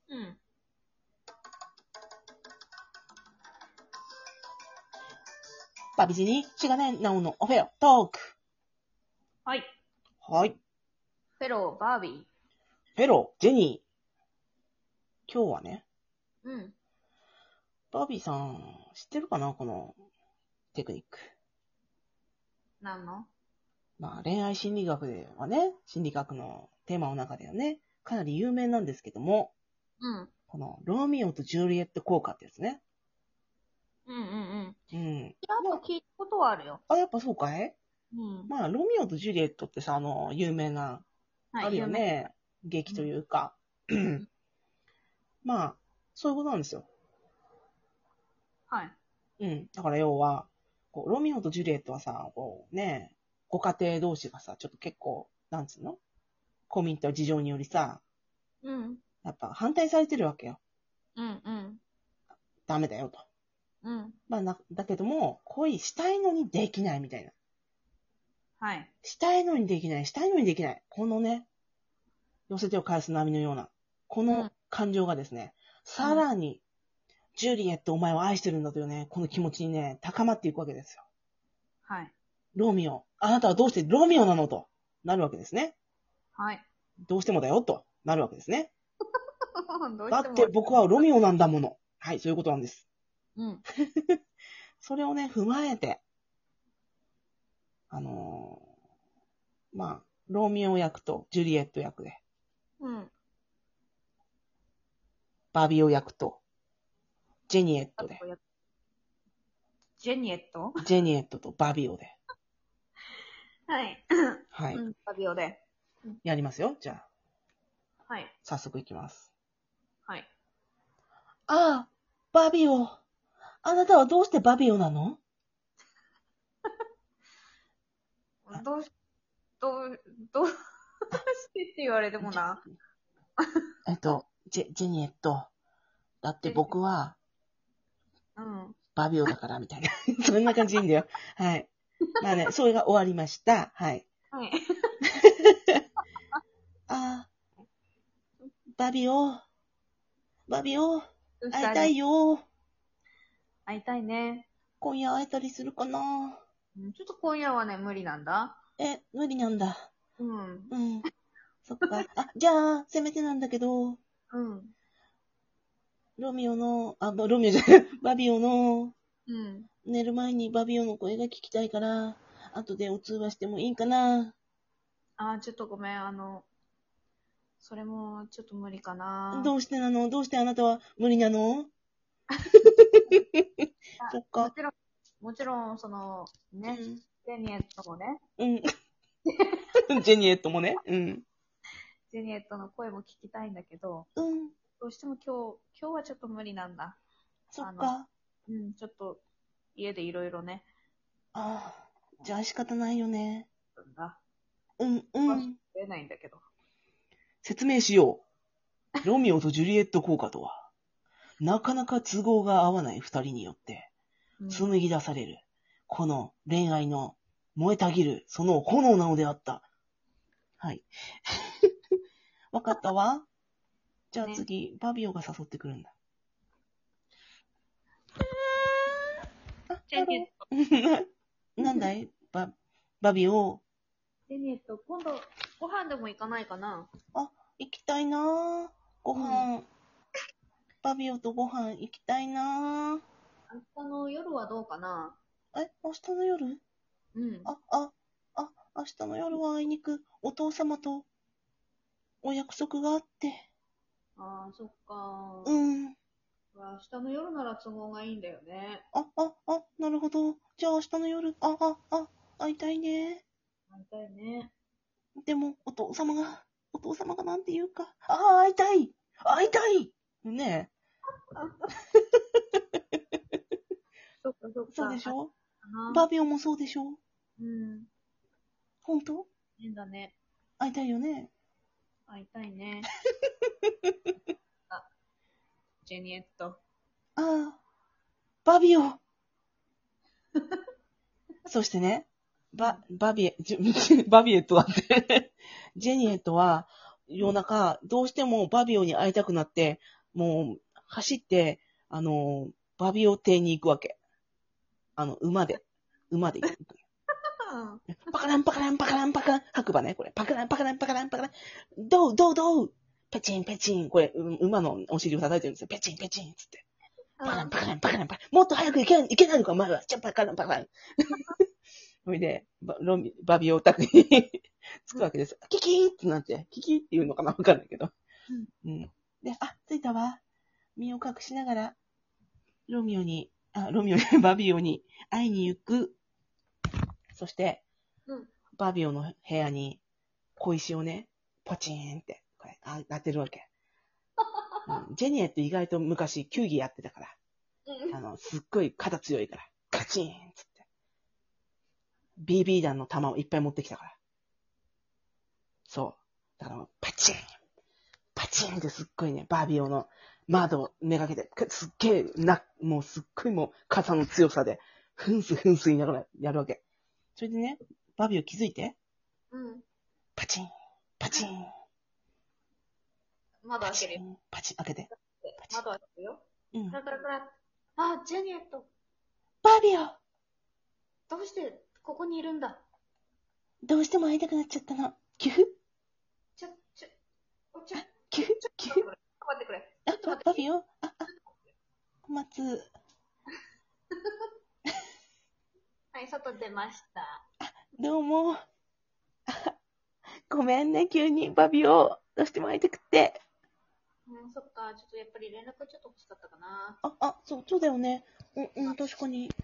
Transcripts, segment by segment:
うん。 バビジにしがねなおのオフェロトーク。 はい。 はい。 フェロー、バービー。 フェロー、ジェニー。今日はね、 うん。 バービーさん、知ってるかなこのテクニック。 何の？ まあ、恋愛心理学ではね、心理学のテーマの中ではね、かなり有名なんですけども、 うん。 このロミオとジュリエット効果ってやつね。 うんうんうん。 うん。 やっぱ聞いたことはあるよ。 あ、やっぱそうかい？ うん。 まあ、ロミオとジュリエットってさ、有名な、 はい、 あるよ有名。 ね。劇というか。まあ、そういうことなんですよ。 はい。 うん。だから要は、こうロミオとジュリエットはさ、こうね、ご家庭同士がさ、ちょっと結構、なんつうのコミット事情によりさ、 うん。 やっぱ反対されてるわけよ。 うんうん。 ダメだよと。 うん。 まあだけども、恋したいのにできないみたいな。 はい。 したいのにできない、したいのにできない。このね、寄せ手を返す波のような、このうん。 感情がですね、さらに、ジュリエットお前を愛してるんだというね、この気持ちにね、高まっていくわけですよ。 はい。 ロミオ、あなたはどうしてロミオなのとなるわけですね。 はい。 どうしてもだよとなるわけですね。 どうしても。 だって僕はロミオなんだもの。はい、そういうことなんです。 うん。 それをね、踏まえて、あのまあ、ロミオ役とジュリエット役で、 うん。 バビオ役とジェニエットで、 ジェニエット。 ジェニエットとバビオで、 はい。 はい、 うん。バビオで。 やりますよ。じゃあ、 はい。 早速いきます。 はい。 ああ、バビオ。あなたはどうしてバビオなの？ どうし、どうしてって言われてもな。 ジェニエット。だって僕はうん。 バビオだからみたいな。そんな感じでいいんだよ。はい。まあね、それが終わりました。はい。 はい。 ああ、バビオ、バビオ、 どうした？ 会いたいよ。 会いたいね。 今夜会えたりするかな？ ちょっと今夜はね、無理なんだ。 無理なんだ。 うん。 うん。そっか。あ、じゃあ、せめてなんだけど、 うん。 ロミオじゃない、バビオの、 うん。 寝る前にバビオの声が聞きたいから、後でお通話してもいいかな？ ちょっとごめん。それもちょっと無理かな。 どうしてなの？どうしてあなたは無理なの？そっか。 もちろん、ね、ジェニエットもね、 うん。うん。ジェニエットもね。うん。 ジェニエットの声も聞きたいんだけど、 うん。 どうしても今日はちょっと無理なんだ。 そっか。 ちょっと家でいろいろね、 ああ。じゃあ仕方ないよね。 なんだ。 うん、う詳しくん。 言えないんだけど。 説明しよう。ロミオとジュリエット効果とは、なかなか都合が合わない二人によって、紡ぎ出される、この恋愛の燃えたぎる、その炎なのであった。はい。わかったわ。じゃあ次、バビオが誘ってくるんだ。あ、 ジェニエット。 なんだいバビオ。 ジェニエット、今度、ご飯でも行かないかな？ あ、行きたいなぁ。ご飯、バビオとご飯行きたいなぁ。 明日の夜はどうかな？ 明日の夜？ うん。 明日の夜はあいにくお父様とお約束があって。 そっか。 うん。 明日の夜なら都合がいいんだよね。 なるほど。じゃあ明日の夜、会いたいね。 会いたいね。 でも、お父様がなんて言うか。会いたい会いたいねそっかそっか。 そうでしょ？ かな。 バビオもそうでしょ？ うん。 本当？ 変だね。 会いたいよね。 会いたいね。ジェニエット。 バビオ。そしてね、バビエットだって。ジェニエットは、 夜中、どうしてもバビオに会いたくなって、もう、走って、バビオ邸に行くわけ。馬で行く。パカランパカランパカランパカラン。白馬ね、これ。パカランパカランパカランパカラン。ドウドウドウペチンペチン。これ、馬のお尻を叩いてるんですよ。ペチンペチンつって。パカランパカランパカランパカラン。もっと早く行けないのか、お前は。パカランパカラン。それで、バビオ宅に着くわけです。キキーってなって、キキーって言うのかなわかんないけど。うん。で、着いたわ。身を隠しながら、バビオに会いに行く。そして、バビオの部屋に小石をね、ポチーンって、これ、当てるわけ。ジェニエって意外と昔球技やってたから、すっごい肩強いから、カチーンつって。BB 弾の弾をいっぱい持ってきたから。そう。だから、パチンってすっごいね、バービオの窓をめがけて、すっげえもうすっごいもう傘の強さで、ふんす言いながらやるわけ。それでね、バービオ気づいて。パチン。 窓開けるよ。 パチン、開けて。 窓開けるよ。カラカラカラ。ジェニエット。 バービオどうしてここにいるんだ？ どうしても会いたくなっちゃったの。キュフキュフ待ってくれ。 バビオ待つ。 はい、外出ました。 どうも。ごめんね、急に。バビオどうしても会いたくて。 そっか。ちょっとやっぱり連絡ちょっと欲しかったかな。 そうだよね。確かに。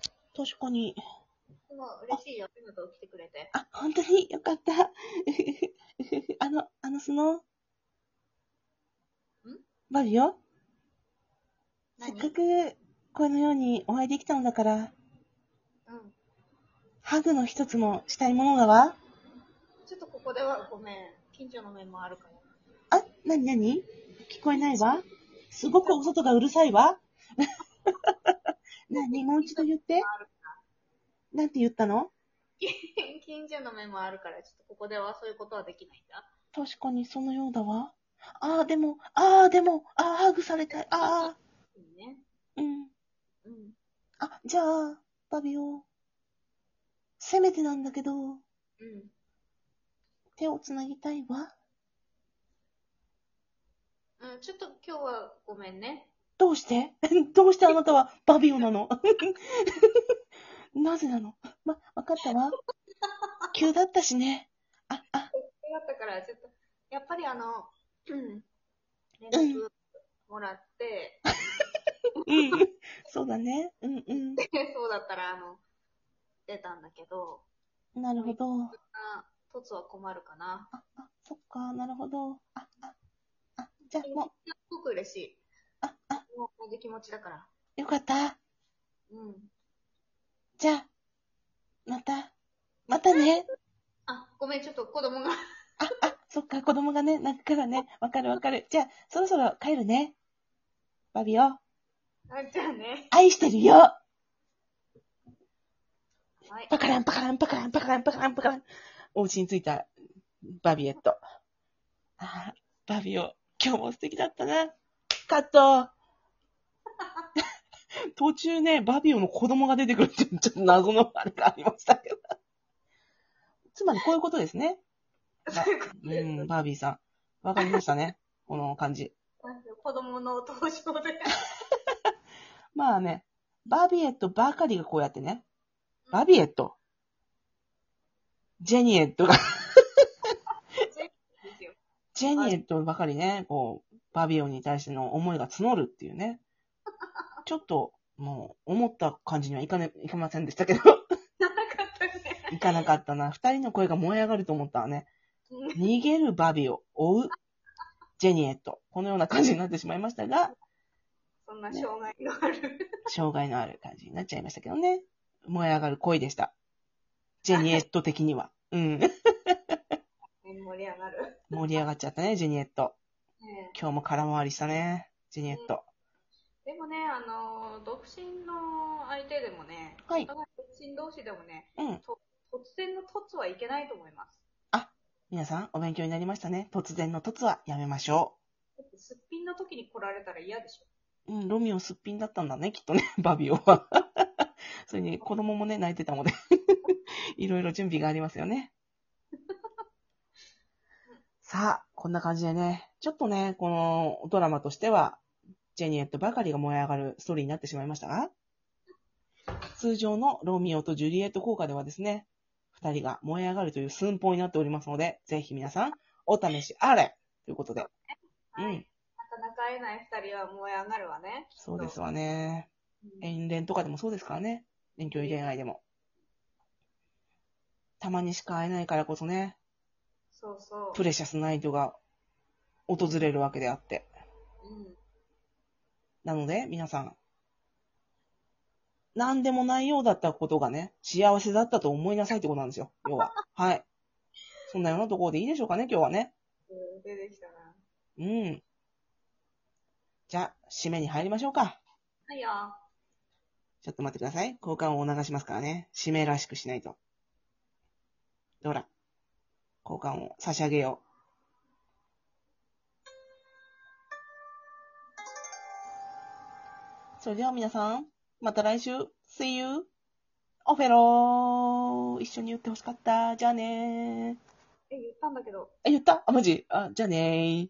でも嬉しいよ。今と来てくれて。 本当によかった。スノーバビオせっかくこのようにお会いできたのだから、ハグの一つもしたいものだわ。 ちょっとここではごめん。近所の面もあるから。 何聞こえないわ。すごくお外がうるさいわ。もう一度言って。なんて言ったの？ 近所の面もあるから、ちょっとここではそういうことはできないんだ。 確かにそのようだわ。でも、ハグされたい。 いいね。 じゃあ、バビオ。せめてなんだけど、手をつなぎたいわ。 ちょっと今日はごめんね。 どうしてどうしてあなたはバビオなのなぜなの？わかったわ。急だったしね。 急だったから、ちょっと、やっぱり連絡もらって、 そうだね。 そうだったら、出たんだけど。 なるほど。 凸は困るかな。 そっか、なるほど。じゃあもう。 すごく嬉しい。もう同じ気持ちだから。 よかった。じゃあ、またね。 ごめん、ちょっと子供が。 そっか、子供がね、泣くからね。わかる。じゃあ、そろそろ帰るね。バビオ。 じゃあね。 愛してるよ。 はい。 パカラン。お家に着いたバビエット。バビオ、今日も素敵だったな。カット。途中ね、バビオの子供が出てくるってちょっと謎のあれがありましたけど。つまりこういうことですね。バービーさん。わかりましたね。この感じ。 子供の登場で。 まあね、バービエットばかりがこうやってね。バビエット。ジェニエットが。ジェニエットばかりね、こう、バビオに対しての思いが募るっていうね。ちょっと、もう、思った感じにはいかませんでしたけど。いかなかったな。二人の声が燃え上がると思ったわね。逃げるバビを追うジェニエット。このような感じになってしまいましたが。 そんな障害のある。 障害のある感じになっちゃいましたけどね。燃え上がる恋でした。ジェニエット的には。盛り上がる。 盛り上がっちゃったね、ジェニエット。今日も空回りしたね、ジェニエット。 でもね、独身の相手でもね、 はい。 独身同士でもね、突然の突はいけないと思います。 皆さん、お勉強になりましたね。突然の突はやめましょだってすっぴんの時に来られたら嫌でしょ。 う。うん、ロミオすっぴんだったんだね、きっとね、バビオは。それに子供もね、泣いてたので、いろいろ準備がありますよね。さあ、こんな感じでね、ちょっとね、このドラマとしては、ジェニエットばかりが燃え上がるストーリーになってしまいましたが、通常のロミオとジュリエット効果ではですね、二人が燃え上がるという寸法になっておりますので、ぜひ皆さん、お試しあれということで。 はい。 うん。 なかなか会えない二人は燃え上がるわね。 そうですわね。 うん遠恋とかでもそうですからね。遠距離恋愛でも。たまにしか会えないからこそね、 そうそう。 プレシャスナイトが訪れるわけであって。 うん。 なので、皆さん、何でもないようだったことがね、幸せだったと思いなさいってことなんですよ。要は。はい。そんなようなところでいいでしょうかね、今日はね。 出てきたな。 うん。じゃあ、締めに入りましょうか。 はいよ。 ちょっと待ってください。交換を流しますからね。締めらしくしないと。ほら。交換を差し上げよう。それでは皆さん、また来週。See you! オフェロー一緒に言ってほしかった。じゃあねー。 言ったんだけど。 言ったマジじゃあねー。